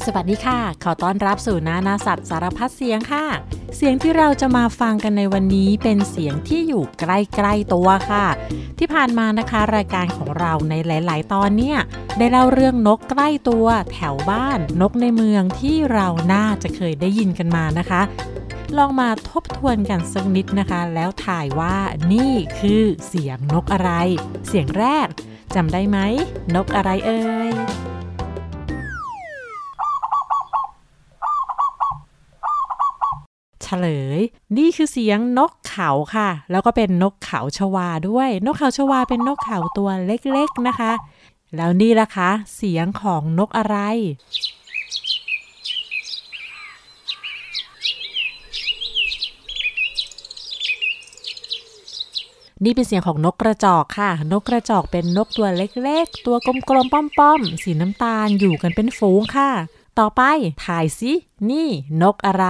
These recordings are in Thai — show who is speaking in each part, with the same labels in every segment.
Speaker 1: สวัสดีค่ะขอต้อนรับสู่นาสัตว์สารพัดเสียงค่ะเสียงที่เราจะมาฟังกันในวันนี้เป็นเสียงที่อยู่ใกล้ๆตัวค่ะที่ผ่านมานะคะรายการของเราในหลายๆตอนเนี่ยได้เล่าเรื่องนกใกล้ตัวแถวบ้านนกในเมืองที่เราน่าจะเคยได้ยินกันมานะคะลองมาทบทวนกันสักนิดนะคะแล้วถ่ายว่านี่คือเสียงนกอะไรเสียงแรกจำได้ไหมนกอะไรเอ่ยเฉลยนี่คือเสียงนกเขาค่ะแล้วก็เป็นนกเขาชวาด้วยนกเขาชวาเป็นนกเขาตัวเล็กๆนะคะแล้วนี่ล่ะคะเสียงของนกอะไรนี่เป็นเสียงของนกกระจอกค่ะนกกระจอกเป็นนกตัวเล็กๆตัวกลมๆป้อมๆสีน้ำตาลอยู่กันเป็นฝูงค่ะต่อไปถ่ายสินี่นกอะไร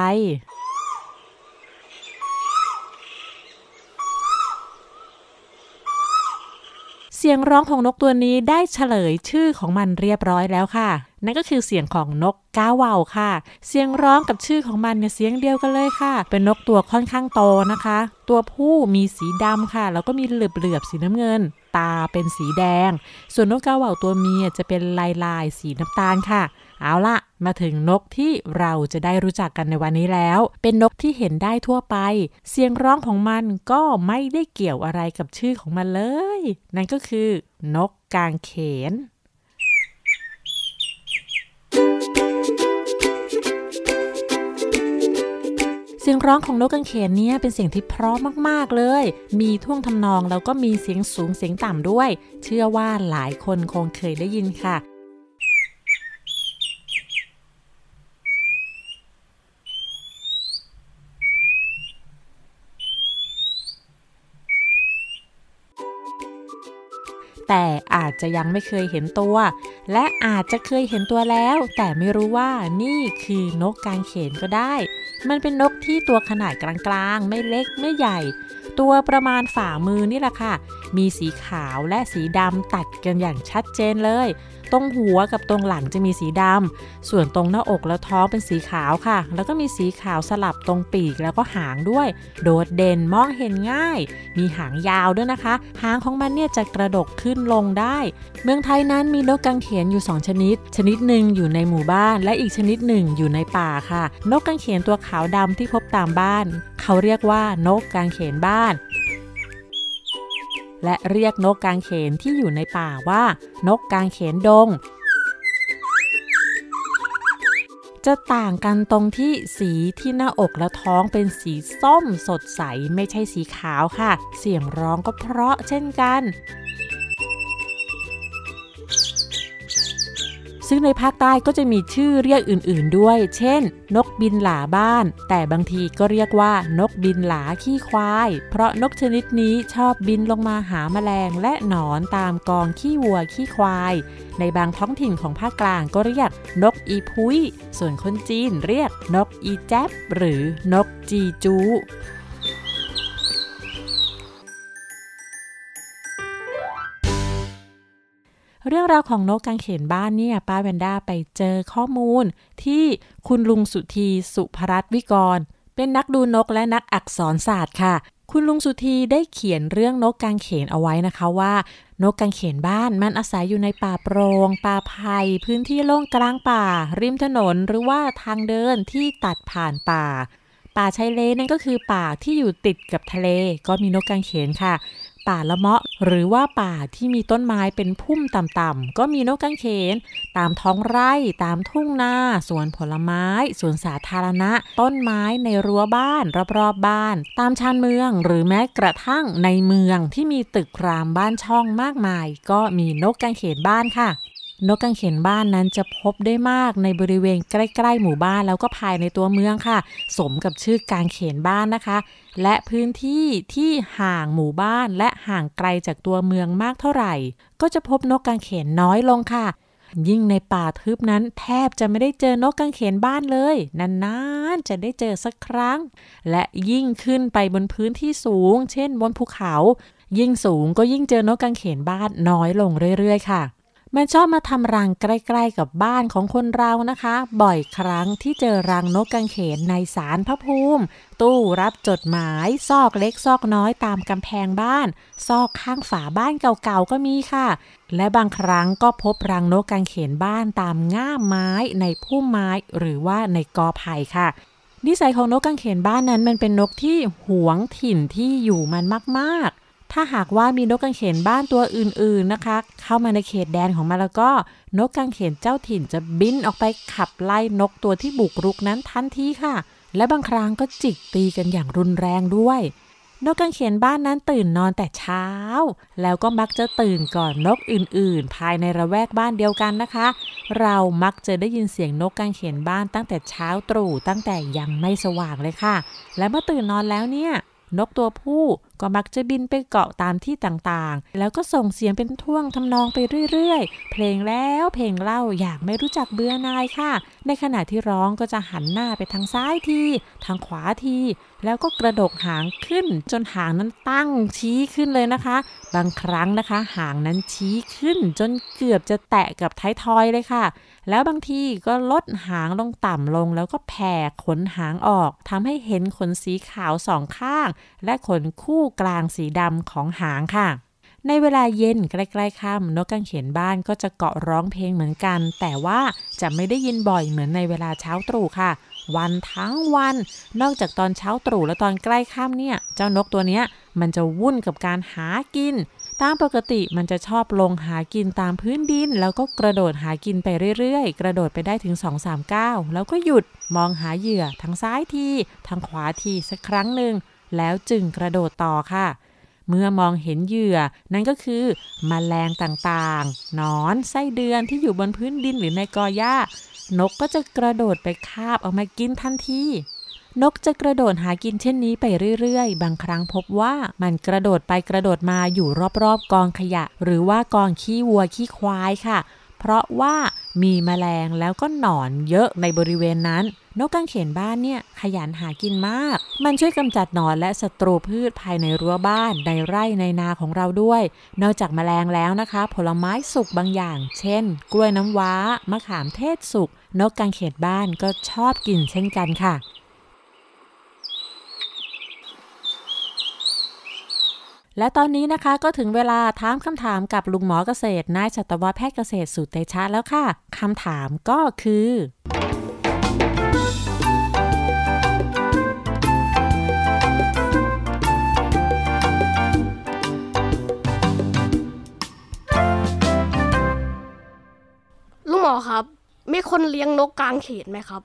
Speaker 1: เสียงร้องของนกตัวนี้ได้เฉลยชื่อของมันเรียบร้อยแล้วค่ะนั่นก็คือเสียงของนกกาเหว่าค่ะเสียงร้องกับชื่อของมันเนี่ยเสียงเดียวกันเลยค่ะเป็นนกตัวค่อนข้างโตนะคะตัวผู้มีสีดำค่ะแล้วก็มีเหลือบๆสีน้ำเงินตาเป็นสีแดงส่วนนกกาเหว่าตัวเมียจะเป็นลายสีน้ำตาลค่ะเอาล่ะมาถึงนกที่เราจะได้รู้จักกันในวันนี้แล้วเป็นนกที่เห็นได้ทั่วไปเสียงร้องของมันก็ไม่ได้เกี่ยวอะไรกับชื่อของมันเลยนั่นก็คือนกกางเขนเสียงร้องของนกกางเขนเนี่ยเป็นเสียงที่เพราะมากๆเลยมีท่วงทำนองแล้วก็มีเสียงสูงเสียงต่ำด้วยเชื่อว่าหลายคนคงเคยได้ยินค่ะแต่อาจจะยังไม่เคยเห็นตัวและอาจจะเคยเห็นตัวแล้วแต่ไม่รู้ว่านี่คือนกกางเขนก็ได้มันเป็นนกที่ตัวขนาดกลางๆไม่เล็กไม่ใหญ่ตัวประมาณฝ่ามือนี่แหละค่ะมีสีขาวและสีดำตัดกันอย่างชัดเจนเลยตรงหัวกับตรงหลังจะมีสีดำส่วนตรงหน้าอกและท้องเป็นสีขาวค่ะแล้วก็มีสีขาวสลับตรงปีกแล้วก็หางด้วยโดดเด่นมองเห็นง่ายมีหางยาวด้วยนะคะหางของมันเนี่ยจะกระดกขึ้นลงได้เมืองไทยนั้นมีนกกางเขนอยู่2ชนิดชนิดหนึ่งอยู่ในหมู่บ้านและอีกชนิดหนึ่งอยู่ในป่าค่ะนกกางเขนตัวขาวดำที่พบตามบ้านเขาเรียกว่านกกางเขนบ้านและเรียกนกกางเขนที่อยู่ในป่าว่านกกางเขนดงจะต่างกันตรงที่สีที่หน้าอกและท้องเป็นสีส้มสดใสไม่ใช่สีขาวค่ะเสียงร้องก็เพราะเช่นกันซึ่งในภาคใต้ก็จะมีชื่อเรียกอื่นๆด้วยเช่นนกบินหลาบ้านแต่บางทีก็เรียกว่านกบินหลาขี้ควายเพราะนกชนิดนี้ชอบบินลงมาหาแมลงและหนอนตามกองขี้วัวขี้ควายในบางท้องถิ่นของภาคกลางก็เรียกนกอีพุ้ยส่วนคนจีนเรียกนกอีแจ๊บหรือนกจีจูเรื่องราวของนกกางเขนบ้านเนี่ยป้าแวนด้าไปเจอข้อมูลที่คุณลุงสุธีสุภรัตน์วิกรเป็นนักดูนกและนักอักษรศาสตร์ค่ะคุณลุงสุธีได้เขียนเรื่องนกกางเขนเอาไว้นะคะว่านกกางเขนบ้านมันอาศัยอยู่ในป่าโปร่งป่าไผ่พื้นที่โล่งกลางป่าริมถนนหรือว่าทางเดินที่ตัดผ่านป่าชายเลนนั่นก็คือป่าที่อยู่ติดกับทะเลก็มีนกกางเขนค่ะป่าละเมาะหรือว่าป่าที่มีต้นไม้เป็นพุ่มต่ำๆก็มีนกกางเขนตามท้องไร่ตามทุ่งนาสวนผลไม้สวนสาธารณะต้นไม้ในรั้วบ้านรอบๆบ้านตามชานเมืองหรือแม้กระทั่งในเมืองที่มีตึกรามบ้านช่องมากมายก็มีนกกางเขนบ้านค่ะนกกางเขนบ้านนั้นจะพบได้มากในบริเวณใกล้ๆหมู่บ้านแล้วก็ภายในตัวเมืองค่ะสมกับชื่อกางเขนบ้านนะคะและพื้นที่ที่ห่างหมู่บ้านและห่างไกลจากตัวเมืองมากเท่าไหร่ก็จะพบนกกางเขนน้อยลงค่ะยิ่งในป่าทึบนั้นแทบจะไม่ได้เจอนกกางเขนบ้านเลยนานๆจะได้เจอสักครั้งและยิ่งขึ้นไปบนพื้นที่สูงเช่นบนภูเขายิ่งสูงก็ยิ่งเจอนกกางเขนบ้านน้อยลงเรื่อยๆค่ะมันชอบมาทำรังใกล้ๆกับบ้านของคนเรานะคะบ่อยครั้งที่เจอรังนกกังเขนในศาลพระภูมิตู้รับจดหมายซอกเล็กซอกน้อยตามกำแพงบ้านซอกข้างฝาบ้านเก่าๆก็มีค่ะและบางครั้งก็พบรังนกกังเขนบ้านตามง่ามไม้ในพุ่มไม้หรือว่าในกอไผ่ค่ะนิสัยของนกกังเขนบ้านนั้นมันเป็นนกที่หวงถิ่นที่อยู่มันมากๆถ้าหากว่ามีนกกังเขนบ้านตัวอื่นๆนะคะเข้ามาในเขตแดนของมันแล้วก็นกกังเขนเจ้าถิ่นจะบินออกไปขับไล่นกตัวที่บุกรุกนั้นทันทีค่ะและบางครั้งก็จิกตีกันอย่างรุนแรงด้วยนกกังเขนบ้านนั้นตื่นนอนแต่เช้าแล้วก็มักจะตื่นก่อนนกอื่นๆภายในระแวกบ้านเดียวกันนะคะเรามักจะได้ยินเสียงนกกังเขนบ้านตั้งแต่เช้าตรู่ตั้งแต่ยังไม่สว่างเลยค่ะและเมื่อตื่นนอนแล้วเนี่ยนกตัวผู้ก็มักจะบินไปเกาะตามที่ต่างๆแล้วก็ส่งเสียงเป็นท่วงทำนองไปเรื่อยๆเพลงแล้วเพลงเล่าอย่างไม่รู้จักเบื่อหน่ายค่ะในขณะที่ร้องก็จะหันหน้าไปทางซ้ายทีทางขวาทีแล้วก็กระดกหางขึ้นจนหางนั้นตั้งชี้ขึ้นเลยนะคะบางครั้งนะคะหางนั้นชี้ขึ้นจนเกือบจะแตะกับท้ายทอยเลยค่ะแล้วบางทีก็ลดหางลงต่ำลงแล้วก็แผ่ขนหางออกทำให้เห็นขนสีขาวสองข้างและขนคู่กลางสีดำของหางค่ะในเวลาเย็นใกล้ๆค่ำนกกังเขนบ้านก็จะเกาะร้องเพลงเหมือนกันแต่ว่าจะไม่ได้ยินบ่อยเหมือนในเวลาเช้าตรู่ค่ะวันทั้งวันนอกจากตอนเช้าตรู่และตอนใกล้ค่ำเนี่ยเจ้านกตัวเนี้ยมันจะวุ่นกับการหากินตามปกติมันจะชอบลงหากินตามพื้นดินแล้วก็กระโดดหากินไปเรื่อยๆกระโดดไปได้ถึง 2-3 ก้าวแล้วก็หยุดมองหาเหยื่อทางซ้ายทีทางขวาทีสักครั้งหนึ่งแล้วจึงกระโดดต่อค่ะเมื่อมองเห็นเหยื่อนั่นก็คือแมลงต่างๆหนอนไส้เดือนที่อยู่บนพื้นดินหรือในกอหญ้านกก็จะกระโดดไปคาบเอามากินทันทีนกจะกระโดดหากินเช่นนี้ไปเรื่อยๆบางครั้งพบว่ามันกระโดดไปกระโดดมาอยู่รอบๆกองขยะหรือว่ากองขี้วัวขี้ควายค่ะเพราะว่ามีแมลงแล้วก็หนอนเยอะในบริเวณนั้นนกกังเขนบ้านเนี่ยขยันหากินมากมันช่วยกำจัดหนอนและศัตรูพืชภายในรั้วบ้านในไร่ในนาของเราด้วยนอกจากแมลงแล้วนะคะผลไม้สุกบางอย่างเช่นกล้วยน้ำว้ามะขามเทศสุกนกกังเขนบ้านก็ชอบกินเช่นกันค่ะและตอนนี้นะคะก็ถึงเวลาถามคำถามกับลุงหมอเกษตรนายสัตวแพทย์เกษตรสุเตชะแล้วค่ะคำถามก็คือ
Speaker 2: ลุงหมอครับมีคนเลี้ยงนกกางเขนไหมครับ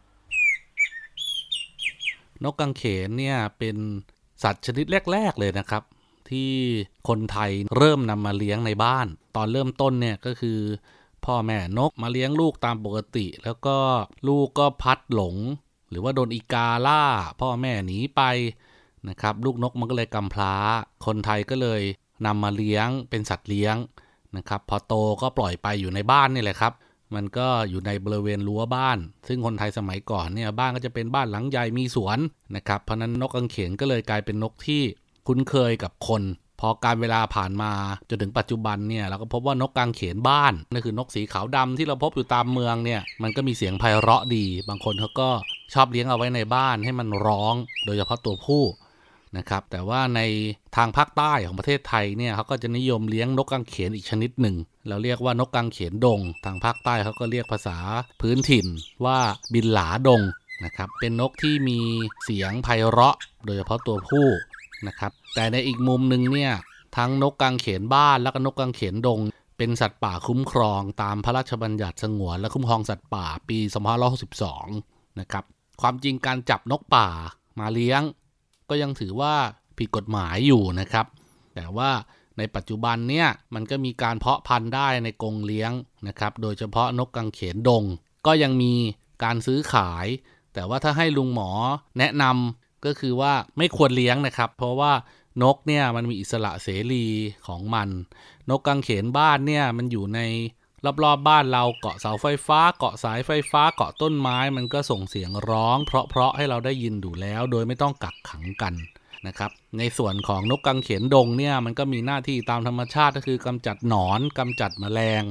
Speaker 3: นกกังเขนเนี่ยเป็นสัตว์ชนิดแรกๆเลยนะครับที่คนไทยเริ่มนำมาเลี้ยงในบ้านตอนเริ่มต้นเนี่ยก็คือพ่อแม่นกมาเลี้ยงลูกตามปกติแล้วก็ลูกก็พัดหลงหรือว่าโดนอีกาล่าพ่อแม่หนีไปนะครับลูกนกมันก็เลยกำพร้าคนไทยก็เลยนำมาเลี้ยงเป็นสัตว์เลี้ยงนะครับพอโตก็ปล่อยไปอยู่ในบ้านนี่แหละครับมันก็อยู่ในบริเวณรั้วบ้านซึ่งคนไทยสมัยก่อนเนี่ยบ้านก็จะเป็นบ้านหลังใหญ่มีสวนนะครับเพราะนั้นนกกังเขนก็เลยกลายเป็นนกที่คุ้นเคยกับคนพอการเวลาผ่านมาจนถึงปัจจุบันเนี่ยเราก็พบว่านกกังเขนบ้านนั่นคือนกสีขาวดำที่เราพบอยู่ตามเมืองเนี่ยมันก็มีเสียงไพเราะดีบางคนเขาก็ชอบเลี้ยงเอาไว้ในบ้านให้มันร้องโดยเฉพาะตัวผู้นะครับแต่ว่าในทางภาคใต้ของประเทศไทยเนี่ยเขาก็จะนิยมเลี้ยงนกกังเขนอีกชนิดหนึ่งเราเรียกว่านกกังเขนดงทางภาคใต้เขาก็เรียกภาษาพื้นถิ่นว่าบินหลาดงนะครับเป็นนกที่มีเสียงไพเราะโดยเฉพาะตัวผู้นะครับแต่ในอีกมุมนึงเนี่ยทั้งนกกังเขนบ้านและก็นกกังเขนดงเป็นสัตว์ป่าคุ้มครองตามพระราชบัญญัติสงวนและคุ้มครองสัตว์ป่าปี2562นะครับความจริงการจับนกป่ามาเลี้ยงก็ยังถือว่าผิดกฎหมายอยู่นะครับแต่ว่าในปัจจุบันเนี่ยมันก็มีการเพาะพันธุ์ได้ในกรงเลี้ยงนะครับโดยเฉพาะนกกังเขนดงก็ยังมีการซื้อขายแต่ว่าถ้าให้ลุงหมอแนะนำก็คือว่าไม่ควรเลี้ยงนะครับเพราะว่านกเนี่ยมันมีอิสระเสรีของมันนกกังเขนบ้านเนี่ยมันอยู่ในรอบๆบ้านเราเกาะเสาไฟฟ้าเกาะสายไฟฟ้าเกาะต้นไม้มันก็ส่งเสียงร้องเพราะให้เราได้ยินอยู่แล้วโดยไม่ต้องกักขังกันนะครับในส่วนของนกกังเขนดงเนี่ยมันก็มีหน้าที่ตามธรรมชาติก็คือกำจัดหนอนกำจัดแมลง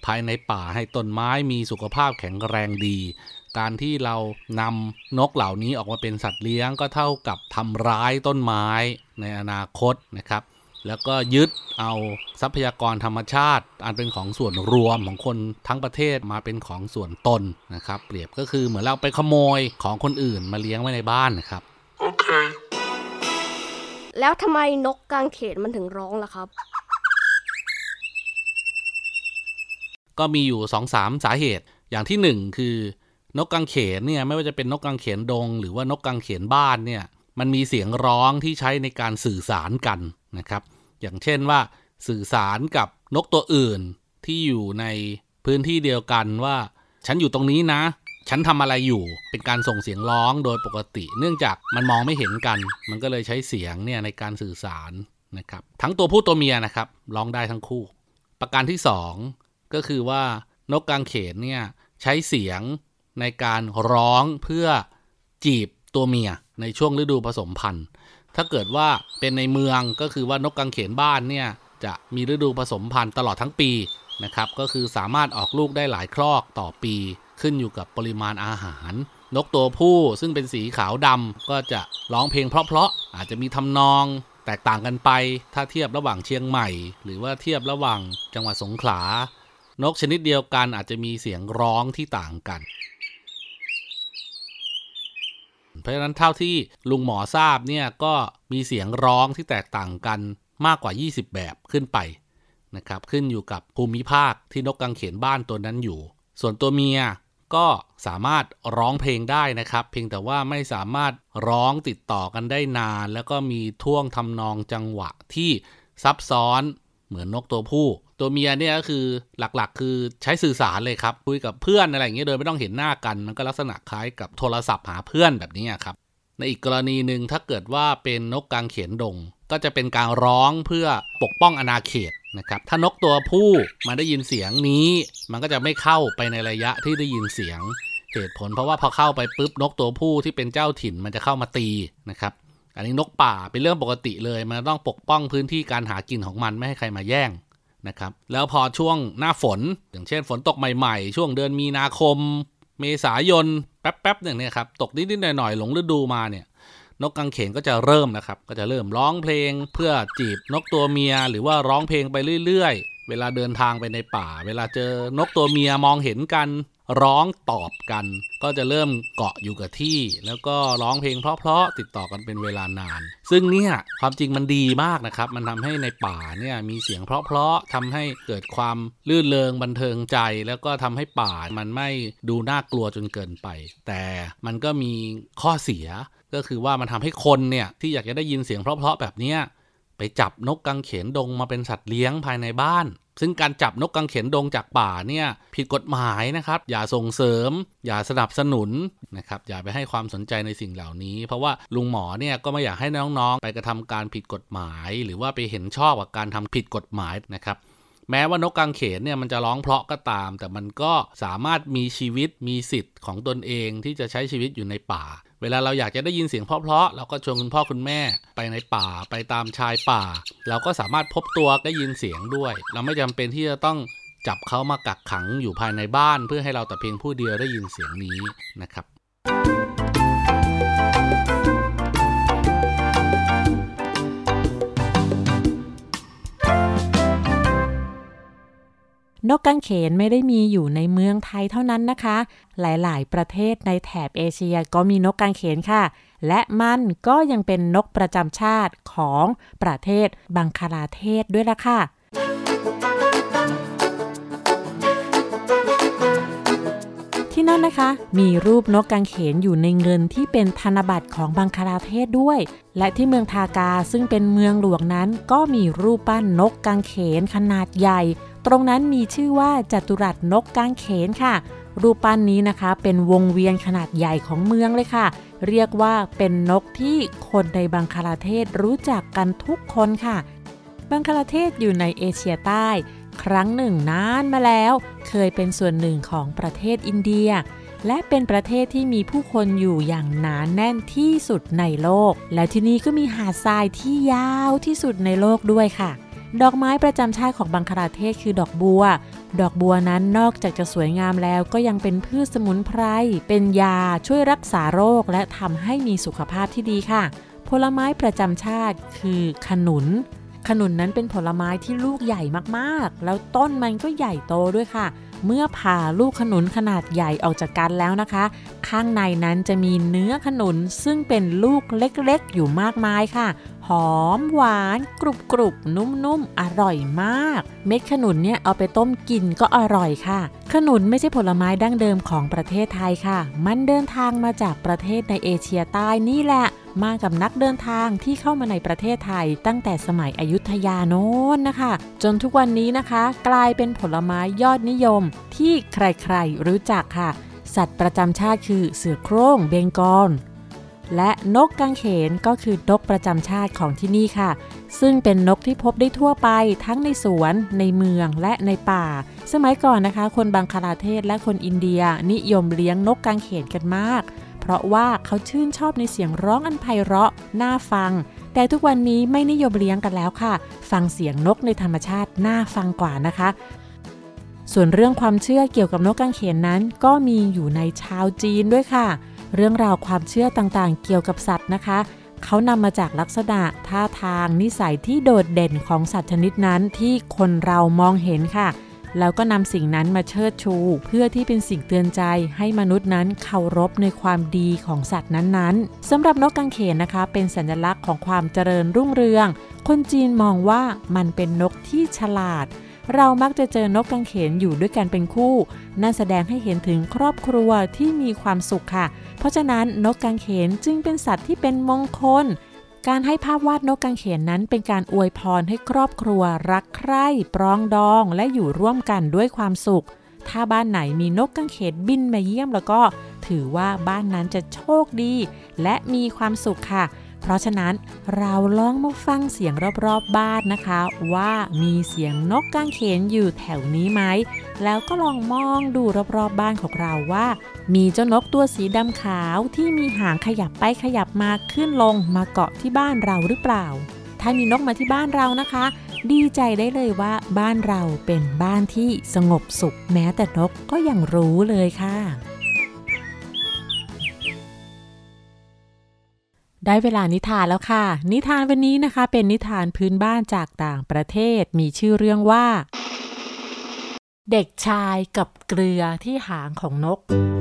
Speaker 3: ภายในป่าให้ต้นไม้มีสุขภาพแข็งแรงดีการที่เรานำนกเหล่านี้ออกมาเป็นสัตว์เลี้ยงก็เท่ากับทำร้ายต้นไม้ในอนาคตนะครับแล้วก็ยึดเอาทรัพยากรธรรมชาติอันเป็นของส่วนรวมของคนทั้งประเทศมาเป็นของส่วนตนนะครับเปรียบก็คือเหมือนเราไปขโมยของคนอื่นมาเลี้ยงไว้ในบ้านนะครับโอเค
Speaker 2: แล้วทำไมนกกางเขนมันถึงร้องล่ะครับ
Speaker 3: ก็มีอยู่ 2-3 สาเหตุอย่างที่1คือนกกางเขนเนี่ยไม่ว่าจะเป็นนกกางเขนดงหรือว่านกกางเขนบ้านเนี่ยมันมีเสียงร้องที่ใช้ในการสื่อสารกันนะครับอย่างเช่นว่าสื่อสารกับนกตัวอื่นที่อยู่ในพื้นที่เดียวกันว่าฉันอยู่ตรงนี้นะฉันทำอะไรอยู่เป็นการส่งเสียงร้องโดยปกติเนื่องจากมันมองไม่เห็นกันมันก็เลยใช้เสียงเนี่ยในการสื่อสารนะครับทั้งตัวผู้ตัวเมียนะครับร้องได้ทั้งคู่ประการที่2ก็คือว่านกกางเขนเนี่ยใช้เสียงในการร้องเพื่อจีบตัวเมียในช่วงฤดูผสมพันธุ์ถ้าเกิดว่าเป็นในเมืองก็คือว่านกกางเขนบ้านเนี่ยจะมีฤดูผสมพันธุ์ตลอดทั้งปีนะครับก็คือสามารถออกลูกได้หลายครอกต่อปีขึ้นอยู่กับปริมาณอาหารนกตัวผู้ซึ่งเป็นสีขาวดำก็จะร้องเพลงเพราะๆอาจจะมีทำนองแตกต่างกันไปถ้าเทียบระหว่างเชียงใหม่หรือว่าเทียบระหว่างจังหวัดสงขลานกชนิดเดียวกันอาจจะมีเสียงร้องที่ต่างกันเพราะฉะนั้นเท่าที่ลุงหมอทราบเนี่ยก็มีเสียงร้องที่แตกต่างกันมากกว่า20แบบขึ้นไปนะครับขึ้นอยู่กับภูมิภาคที่นกกางเขนบ้านตัวนั้นอยู่ส่วนตัวเมียก็สามารถร้องเพลงได้นะครับเพียงแต่ว่าไม่สามารถร้องติดต่อกันได้นานแล้วก็มีท่วงทำนองจังหวะที่ซับซ้อนเหมือนนกตัวผู้ตัวเมียเนี่ยก็คือหลักๆคือใช้สื่อสารเลยครับคุยกับเพื่อนอะไรอย่างเงี้ยโดยไม่ต้องเห็นหน้ากันมันก็ลักษณะคล้ายกับโทรศัพท์หาเพื่อนแบบนี้ครับในอีกกรณีหนึ่งถ้าเกิดว่าเป็นนกกางเขนดงก็จะเป็นการร้องเพื่อปกป้องอาณาเขตนะครับถ้านกตัวผู้มันได้ยินเสียงนี้มันก็จะไม่เข้าไปในระยะที่ได้ยินเสียงเหตุผลเพราะว่าพอเข้าไปปุ๊บนกตัวผู้ที่เป็นเจ้าถิ่นมันจะเข้ามาตีนะครับอันนี้นกป่าเป็นเรื่องปกติเลยมันต้องปกป้องพื้นที่การหากินของมันไม่ให้ใครมาแย่งนะครับแล้วพอช่วงหน้าฝนอย่างเช่นฝนตกใหม่ๆช่วงเดือนมีนาคมเมษายนแป๊บๆเนี่ยครับตกนิดๆหน่อยๆหลงฤดูมาเนี่ยนกกางเขนก็จะเริ่มนะครับก็จะเริ่มร้องเพลงเพื่อจีบนกตัวเมียหรือว่าร้องเพลงไปเรื่อยๆเวลาเดินทางไปในป่าเวลาเจอนกตัวเมียมองเห็นกันร้องตอบกันก็จะเริ่มเกาะอยู่กับที่แล้วก็ร้องเพลงเพราะๆติดต่อกันเป็นเวลานานซึ่งเนี่ยความจริงมันดีมากนะครับมันทำให้ในป่าเนี่ยมีเสียงเพราะๆทำให้เกิดความลื่นเริงบันเทิงใจแล้วก็ทำให้ป่ามันไม่ดูน่ากลัวจนเกินไปแต่มันก็มีข้อเสียก็คือว่ามันทำให้คนเนี่ยที่อยากจะได้ยินเสียงเพราะๆแบบนี้ไปจับนกกางเขนดงมาเป็นสัตว์เลี้ยงภายในบ้านซึ่งการจับนกกางเขนดงจากป่าเนี่ยผิดกฎหมายนะครับอย่าส่งเสริมอย่าสนับสนุนนะครับอย่าไปให้ความสนใจในสิ่งเหล่านี้เพราะว่าลุงหมอเนี่ยก็ไม่อยากให้น้องๆไปกระทำการผิดกฎหมายหรือว่าไปเห็นชอบกับการทำผิดกฎหมายนะครับแม้ว่านกกางเขนเนี่ยมันจะร้องเพราะก็ตามแต่มันก็สามารถมีชีวิตมีสิทธิ์ของตนเองที่จะใช้ชีวิตอยู่ในป่าเวลาเราอยากจะได้ยินเสียงเพราะๆเราก็ชวนคุณพ่อคุณแม่ไปในป่าไปตามชายป่าเราก็สามารถพบตัวได้ยินเสียงด้วยเราไม่จำเป็นที่จะต้องจับเขามากักขังอยู่ภายในบ้านเพื่อให้เราแต่เพียงผู้เดียวได้ยินเสียงนี้นะครับ
Speaker 1: นกกางเขนไม่ได้มีอยู่ในเมืองไทยเท่านั้นนะคะหลายๆประเทศในแถบเอเชียก็มีนกกางเขนค่ะและมันก็ยังเป็นนกประจำชาติของประเทศบังคลาเทศด้วยล่ะค่ะที่นั่นนะคะมีรูปนกกางเขนอยู่ในเงินที่เป็นธนบัตรของบังคลาเทศด้วยและที่เมืองทากาซึ่งเป็นเมืองหลวงนั้นก็มีรูปปั้นนกกางเขนขนาดใหญ่ตรงนั้นมีชื่อว่าจัตุรัสนกกางเขนค่ะรูปปั้นนี้นะคะเป็นวงเวียนขนาดใหญ่ของเมืองเลยค่ะเรียกว่าเป็นนกที่คนในบังคลาเทศรู้จักกันทุกคนค่ะบังคลาเทศอยู่ในเอเชียใต้ครั้งหนึ่งนานมาแล้วเคยเป็นส่วนหนึ่งของประเทศอินเดียและเป็นประเทศที่มีผู้คนอยู่อย่างหนาแน่นที่สุดในโลกและที่นี่ก็มีหาดทรายที่ยาวที่สุดในโลกด้วยค่ะดอกไม้ประจำชาติของบังคลาเทศคือดอกบัวดอกบัวนั้นนอกจากจะสวยงามแล้วก็ยังเป็นพืชสมุนไพรเป็นยาช่วยรักษาโรคและทำให้มีสุขภาพที่ดีค่ะผลไม้ประจำชาติคือขนุนนั้นเป็นผลไม้ที่ลูกใหญ่มากๆแล้วต้นมันก็ใหญ่โตด้วยค่ะเมื่อผ่าลูกขนุนขนาดใหญ่ออกจากกันแล้วนะคะข้างในนั้นจะมีเนื้อขนุนซึ่งเป็นลูกเล็กๆอยู่มากมายค่ะหอมหวานกรุบๆนุ่มๆอร่อยมากเม็ดขนุนเนี่ยเอาไปต้มกินก็อร่อยค่ะขนุนไม่ใช่ผลไม้ดั้งเดิมของประเทศไทยค่ะมันเดินทางมาจากประเทศในเอเชียใต้นี่แหละมากับนักเดินทางที่เข้ามาในประเทศไทยตั้งแต่สมัยอยุธยาโน้นนะคะจนทุกวันนี้นะคะกลายเป็นผลไม้ยอดนิยมที่ใครๆรู้จักค่ะสัตว์ประจำชาติคือเสือโคร่งเบงกอลและนกกางเขนก็คือนกประจำชาติของที่นี่ค่ะซึ่งเป็นนกที่พบได้ทั่วไปทั้งในสวนในเมืองและในป่าสมัยก่อนนะคะคนบังคลาเทศและคนอินเดียนิยมเลี้ยงนกกางเขนกันมากเพราะว่าเขาชื่นชอบในเสียงร้องอันไพเราะน่าฟังแต่ทุกวันนี้ไม่นิยมเลี้ยงกันแล้วค่ะฟังเสียงนกในธรรมชาติน่าฟังกว่านะคะส่วนเรื่องความเชื่อเกี่ยวกับนกกางเขนนั้นก็มีอยู่ในชาวจีนด้วยค่ะเรื่องราวความเชื่อต่างๆเกี่ยวกับสัตว์นะคะเขานำมาจากลักษณะท่าทางนิสัยที่โดดเด่นของสัตว์ชนิดนั้นที่คนเรามองเห็นค่ะแล้วก็นำสิ่งนั้นมาเชิดชูเพื่อที่เป็นสิ่งเตือนใจให้มนุษย์นั้นเคารพในความดีของสัตว์นั้นๆสำหรับนกกางเขนนะคะเป็นสัญลักษณ์ของความเจริญรุ่งเรืองคนจีนมองว่ามันเป็นนกที่ฉลาดเรามักจะเจอนกกางเขนอยู่ด้วยกันเป็นคู่นั่นแสดงให้เห็นถึงครอบครัวที่มีความสุขค่ะเพราะฉะนั้นนกกางเขนจึงเป็นสัตว์ที่เป็นมงคลการให้ภาพวาดนกกางเขนนั้นเป็นการอวยพรให้ครอบครัวรักใคร่ปรองดองและอยู่ร่วมกันด้วยความสุขถ้าบ้านไหนมีนกกางเขนบินมาเยี่ยมแล้วก็ถือว่าบ้านนั้นจะโชคดีและมีความสุขค่ะเพราะฉะนั้นเราลองมาฟังเสียงรอบๆบ้านนะคะว่ามีเสียงนกกางเขนอยู่แถวนี้ไหมแล้วก็ลองมองดูรอบๆบ้านของเราว่ามีเจ้านกตัวสีดำขาวที่มีหางขยับไปขยับมาขึ้นลงมาเกาะที่บ้านเราหรือเปล่าถ้ามีนกมาที่บ้านเรานะคะดีใจได้เลยว่าบ้านเราเป็นบ้านที่สงบสุขแม้แต่นกก็ยังรู้เลยค่ะได้เวลานิทานแล้วค่ะนิทานวันนี้นะคะเป็นนิทานพื้นบ้านจากต่างประเทศมีชื่อเรื่องว่าเด็กชายกับเกลือที่หางของนก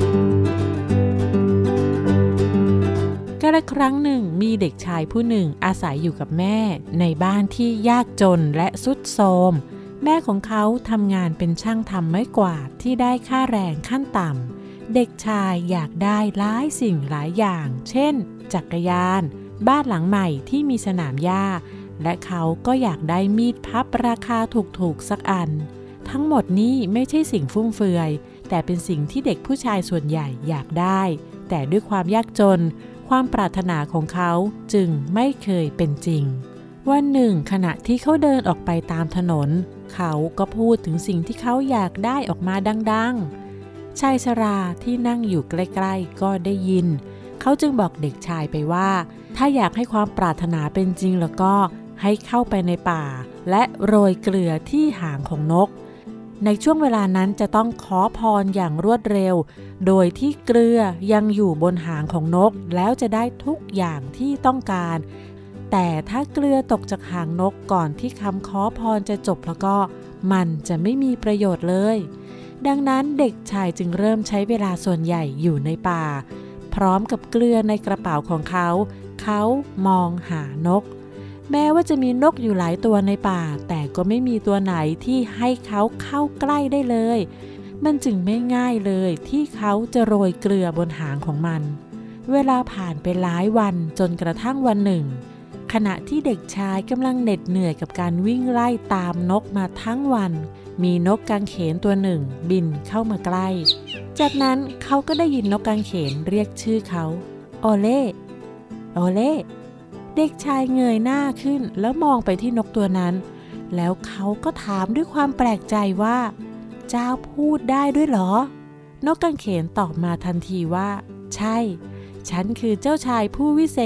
Speaker 1: กาลครั้งหนึ่งมีเด็กชายผู้หนึ่งอาศัยอยู่กับแม่ในบ้านที่ยากจนและทรุดโทรมแม่ของเขาทำงานเป็นช่างทำไม้กวาดที่ได้ค่าแรงขั้นต่ำเด็กชายอยากได้หลายสิ่งหลายอย่างเช่นจักรยานบ้านหลังใหม่ที่มีสนามหญ้าและเขาก็อยากได้มีดพับราคาถูกๆสักอันทั้งหมดนี้ไม่ใช่สิ่งฟุ่มเฟือยแต่เป็นสิ่งที่เด็กผู้ชายส่วนใหญ่อยากได้แต่ด้วยความยากจนความปรารถนาของเขาจึงไม่เคยเป็นจริงวันหนึ่งขณะที่เขาเดินออกไปตามถนนเขาก็พูดถึงสิ่งที่เขาอยากได้ออกมาดังๆชายชราที่นั่งอยู่ใกล้ๆก็ได้ยินเขาจึงบอกเด็กชายไปว่าถ้าอยากให้ความปรารถนาเป็นจริงแล้วก็ให้เข้าไปในป่าและโรยเกลือที่หางของนกในช่วงเวลานั้นจะต้องขอพรอย่างรวดเร็วโดยที่เกลือยังอยู่บนหางของนกแล้วจะได้ทุกอย่างที่ต้องการแต่ถ้าเกลือตกจากหางนกก่อนที่คำขอพรจะจบแล้วก็มันจะไม่มีประโยชน์เลยดังนั้นเด็กชายจึงเริ่มใช้เวลาส่วนใหญ่อยู่ในป่าพร้อมกับเกลือในกระเป๋าของเขามองหานกแม้ว่าจะมีนกอยู่หลายตัวในป่าแต่ก็ไม่มีตัวไหนที่ให้เขาเข้าใกล้ได้เลยมันจึงไม่ง่ายเลยที่เขาจะโรยเกลือบนหางของมันเวลาผ่านไปหลายวันจนกระทั่งวันหนึ่งขณะที่เด็กชายกำลังเหน็ดเหนื่อยกับการวิ่งไล่ตามนกมาทั้งวันมีนกกางเขนตัวหนึ่งบินเข้ามาใกล้จากนั้นเขาก็ได้ยินนกกางเขนเรียกชื่อเขาโอเล่โอเล่เด็กชายเงยหน้าขึ้นแล้วมองไปที่นกตัวนั้นแล้วเขาก็ถามด้วยความแปลกใจว่าเจ้าพูดได้ด้วยเหรอนกกางเขนตอบมาทันทีว่าใช่ฉันคือเจ้าชายผู้วิเศษ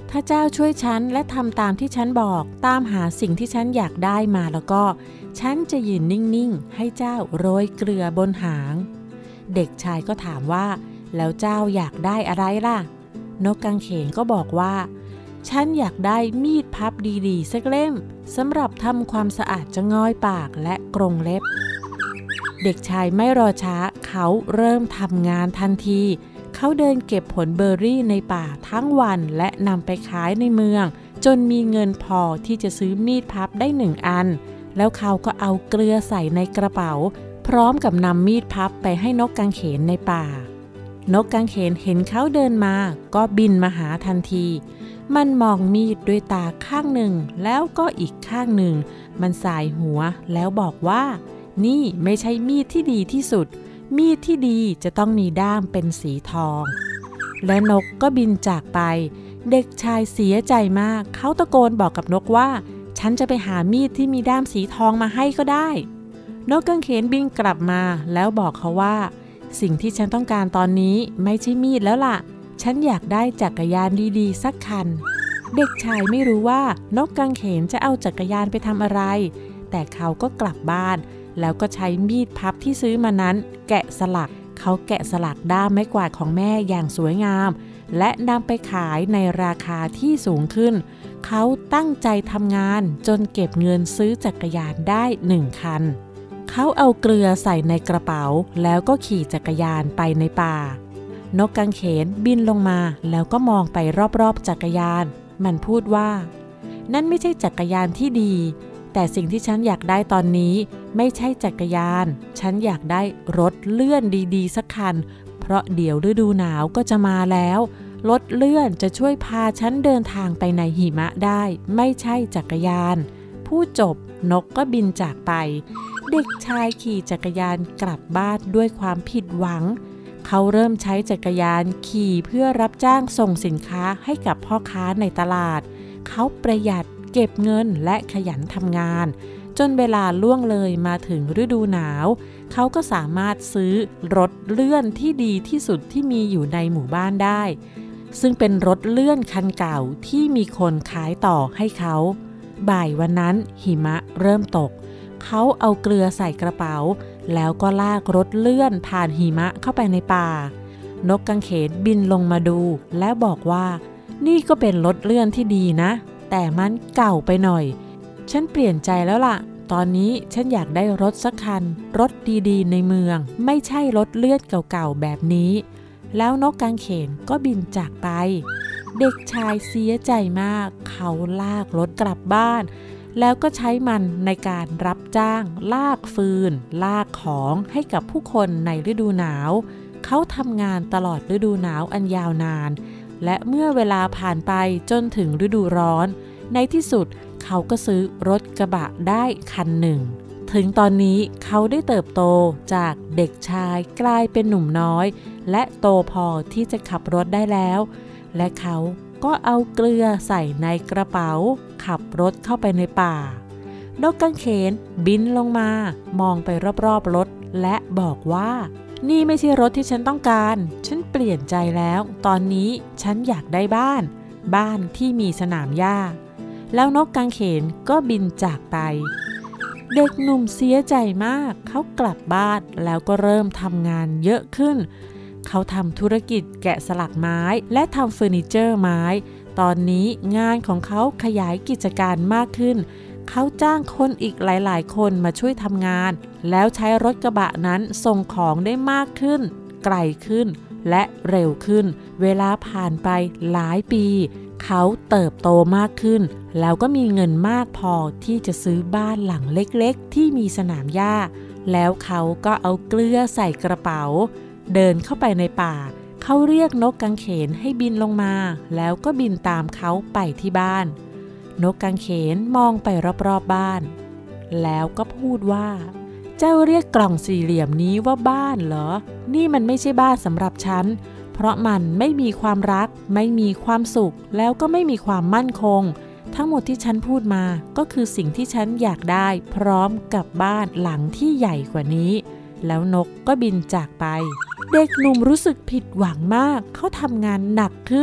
Speaker 1: ถ้าเจ้าช่วยฉันและทำตามที่ฉันบอกตามหาสิ่งที่ฉันอยากได้มาแล้วก็ฉันจะยืนนิ่งๆให้เจ้าโรยเกลือบนหางเด็กชายก็ถามว่าแล้วเจ้าอยากได้อะไรล่ะนกกังเขนก็บอกว่าฉันอยากได้มีดพับดีๆสักเล่มสำหรับทำความสะอาดจะง่อยปากและกรงเล็บเด็กชายไม่รอช้าเขาเริ่มทำงานทันทีเขาเดินเก็บผลเบอร์รี่ในป่าทั้งวันและนำไปขายในเมืองจนมีเงินพอที่จะซื้อมีดพับได้1 อันแล้วเขาก็เอาเกลือใส่ในกระเป๋าพร้อมกับนำมีดพับไปให้นกกังเขนในป่านกกังเขนเห็นเขาเดินมาก็บินมาหาทันทีมันมองมีดด้วยตาข้างหนึ่งแล้วก็อีกข้างหนึ่งมันสายหัวแล้วบอกว่านี่ไม่ใช่มีดที่ดีที่สุดมีดที่ดีจะต้องมีด้ามเป็นสีทองและนกก็บินจากไปเด็กชายเสียใจมากเขาตะโกนบอกกับนกว่าฉันจะไปหามีดที่มีด้ามสีทองมาให้ก็ได้นกกังเขนบินกลับมาแล้วบอกเขาว่าสิ่งที่ฉันต้องการตอนนี้ไม่ใช่มีดแล้วล่ะฉันอยากได้จักรยานดีๆสักคันเด็กชายไม่รู้ว่านกกังเขนจะเอาจักรยานไปทำอะไรแต่เขาก็กลับบ้านแล้วก็ใช้มีดพับที่ซื้อมานั้นแกะสลักเขาแกะสลักด้ามไม้กวาดของแม่อย่างสวยงามและนำไปขายในราคาที่สูงขึ้นเขาตั้งใจทำงานจนเก็บเงินซื้อจักรยานได้1 คันเขาเอาเกลือใส่ในกระเป๋าแล้วก็ขี่จักรยานไปในป่านกกังเขนบินลงมาแล้วก็มองไปรอบๆจักรยานมันพูดว่านั่นไม่ใช่จักรยานที่ดีแต่สิ่งที่ฉันอยากได้ตอนนี้ไม่ใช่จักรยานฉันอยากได้รถเลื่อนดีๆสักคันเพราะเดี๋ยวฤดูหนาวก็จะมาแล้วรถเลื่อนจะช่วยพาฉันเดินทางไปในหิมะได้ไม่ใช่จักรยานพูดจบนกก็บินจากไปเด็กชายขี่จักรยานกลับบ้านด้วยความผิดหวังเขาเริ่มใช้จักรยานขี่เพื่อรับจ้างส่งสินค้าให้กับพ่อค้าในตลาดเขาประหยัดเก็บเงินและขยันทำงานจนเวลาล่วงเลยมาถึงฤดูหนาวเขาก็สามารถซื้อรถเลื่อนที่ดีที่สุดที่มีอยู่ในหมู่บ้านได้ซึ่งเป็นรถเลื่อนคันเก่าที่มีคนขายต่อให้เขาบ่ายวันนั้นหิมะเริ่มตกเขาเอาเกลือใส่กระเป๋าแล้วก็ลากรถเลื่อนผ่านหิมะเข้าไปในป่านกกังเขนบินลงมาดูและบอกว่านี่ก็เป็นรถเลื่อนที่ดีนะแต่มันเก่าไปหน่อยฉันเปลี่ยนใจแล้วล่ะตอนนี้ฉันอยากได้รถสักคันรถดีๆในเมืองไม่ใช่รถเลื่อนเก่าๆแบบนี้แล้วนกกังเขนก็บินจากไปเด็กชายเสียใจมากเขาลากรถกลับบ้านแล้วก็ใช้มันในการรับจ้างลากฟืนลากของให้กับผู้คนในฤดูหนาวเขาทำงานตลอดฤดูหนาวอันยาวนานและเมื่อเวลาผ่านไปจนถึงฤดูร้อนในที่สุดเขาก็ซื้อรถกระบะได้คันหนึ่งถึงตอนนี้เขาได้เติบโตจากเด็กชายกลายเป็นหนุ่มน้อยและโตพอที่จะขับรถได้แล้วและเขาก็เอาเกลือใส่ในกระเป๋าขับรถเข้าไปในป่านกกังเขนบินลงมามองไปรอบๆรถและบอกว่านี่ไม่ใช่รถที่ฉันต้องการฉันเปลี่ยนใจแล้วตอนนี้ฉันอยากได้บ้านที่มีสนามหญ้าแล้วนกกังเขนก็บินจากไปเด็กหนุ่มเสียใจมากเขากลับบ้านแล้วก็เริ่มทำงานเยอะขึ้นเขาทำธุรกิจแกะสลักไม้และทำเฟอร์นิเจอร์ไม้ตอนนี้งานของเขาขยายกิจการมากขึ้นเขาจ้างคนอีกหลายๆคนมาช่วยทำงานแล้วใช้รถกระบะนั้นส่งของได้มากขึ้นไกลขึ้นและเร็วขึ้นเวลาผ่านไปหลายปีเขาเติบโตมากขึ้นแล้วก็มีเงินมากพอที่จะซื้อบ้านหลังเล็กๆที่มีสนามหญ้าแล้วเขาก็เอาเกลือใส่กระเป๋าเดินเข้าไปในป่าเขาเรียกนกกังเขนให้บินลงมาแล้วก็บินตามเขาไปที่บ้านนกกังเขนมองไปรอบๆบ้านแล้วก็พูดว่าเจ้าเรียกกล่องสี่เหลี่ยมนี้ว่าบ้านเหรอนี่มันไม่ใช่บ้านสำหรับฉันเพราะมันไม่มีความรักไม่มีความสุขแล้วก็ไม่มีความมั่นคงทั้งหมดที่ฉันพูดมาก็คือสิ่งที่ฉันอยากได้พร้อมกับบ้านหลังที่ใหญ่กว่านี้แล้วนกก็บินจากไปเด็กหนุ่มรู้สึกผิดหวังมากเขาทำงานหนักขึ้น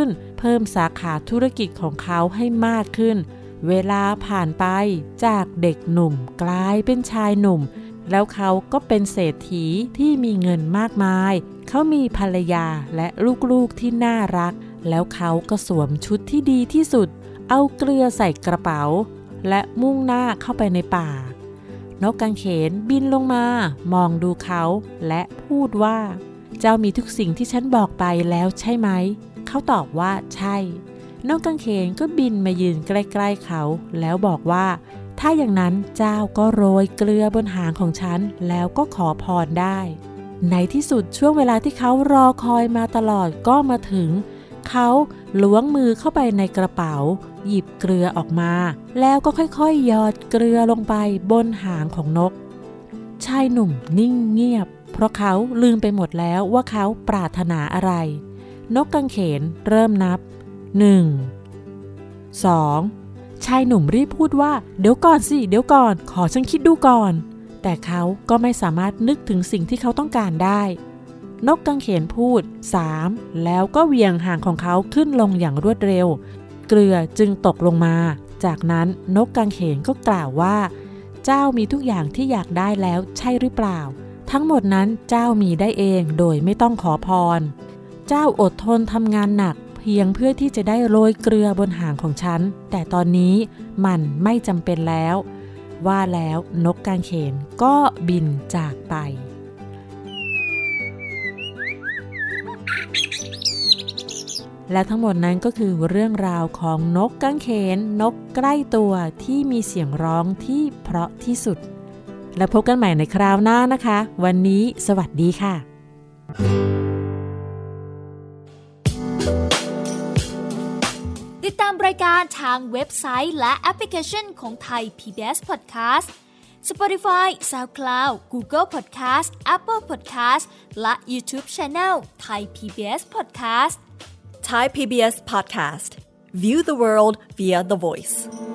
Speaker 1: เพิ่มสาขาธุรกิจของเขาให้มากขึ้นเวลาผ่านไปจากเด็กหนุ่มกลายเป็นชายหนุ่มแล้วเขาก็เป็นเศรษฐีที่มีเงินมากมายเขามีภรรยาและลูกๆที่น่ารักแล้วเขาก็สวมชุดที่ดีที่สุดเอาเกลือใส่กระเป๋าและมุ่งหน้าเข้าไปในป่านกกางเขนบินลงมามองดูเขาและพูดว่าเจ้ามีทุกสิ่งที่ฉันบอกไปแล้วใช่ไหมเขาตอบว่าใช่นกกางเขนก็บินมายืนใกล้ๆเขาแล้วบอกว่าถ้าอย่างนั้นเจ้าก็โรยเกลือบนหางของฉันแล้วก็ขอพรได้ในที่สุดช่วงเวลาที่เขารอคอยมาตลอดก็มาถึงเขาล้วงมือเข้าไปในกระเป๋าหยิบเกลือออกมาแล้วก็ค่อยๆหยอดเกลือลงไปบนหางของนกชายหนุ่มนิ่งเงียบเพราะเขาลืมไปหมดแล้วว่าเขาปรารถนาอะไรนกกางเขนเริ่มนับ1 2ชายหนุ่มรีบพูดว่าเดี๋ยวก่อนสิเดี๋ยวก่อนขอฉันคิดดูก่อนแต่เขาก็ไม่สามารถนึกถึงสิ่งที่เขาต้องการได้นกกางเขนพูด3แล้วก็เหวี่ยงหางของเขาขึ้นลงอย่างรวดเร็วเกลือจึงตกลงมาจากนั้นนกกางเขนก็กล่าวว่าเจ้ามีทุกอย่างที่อยากได้แล้วใช่หรือเปล่าทั้งหมดนั้นเจ้ามีได้เองโดยไม่ต้องขอพรเจ้าอดทนทำงานหนักเพียงเพื่อที่จะได้โรยเกลือบนหางของฉันแต่ตอนนี้มันไม่จำเป็นแล้วว่าแล้วนกกางเขนก็บินจากไปและทั้งหมดนั้นก็คือเรื่องราวของนกกางเขนนกใกล้ตัวที่มีเสียงร้องที่เพราะที่สุดและพบกันใหม่ในคราวหน้านะคะวันนี้สวัสดีค่ะ
Speaker 4: ติดตามรายการทางเว็บไซต์และแอปพลิเคชันของไทย PBS Podcast Spotify, SoundCloud, Google Podcast, Apple Podcast และ YouTube Channel Thai PBS Podcast
Speaker 5: Thai PBS Podcast. View the world via the voice.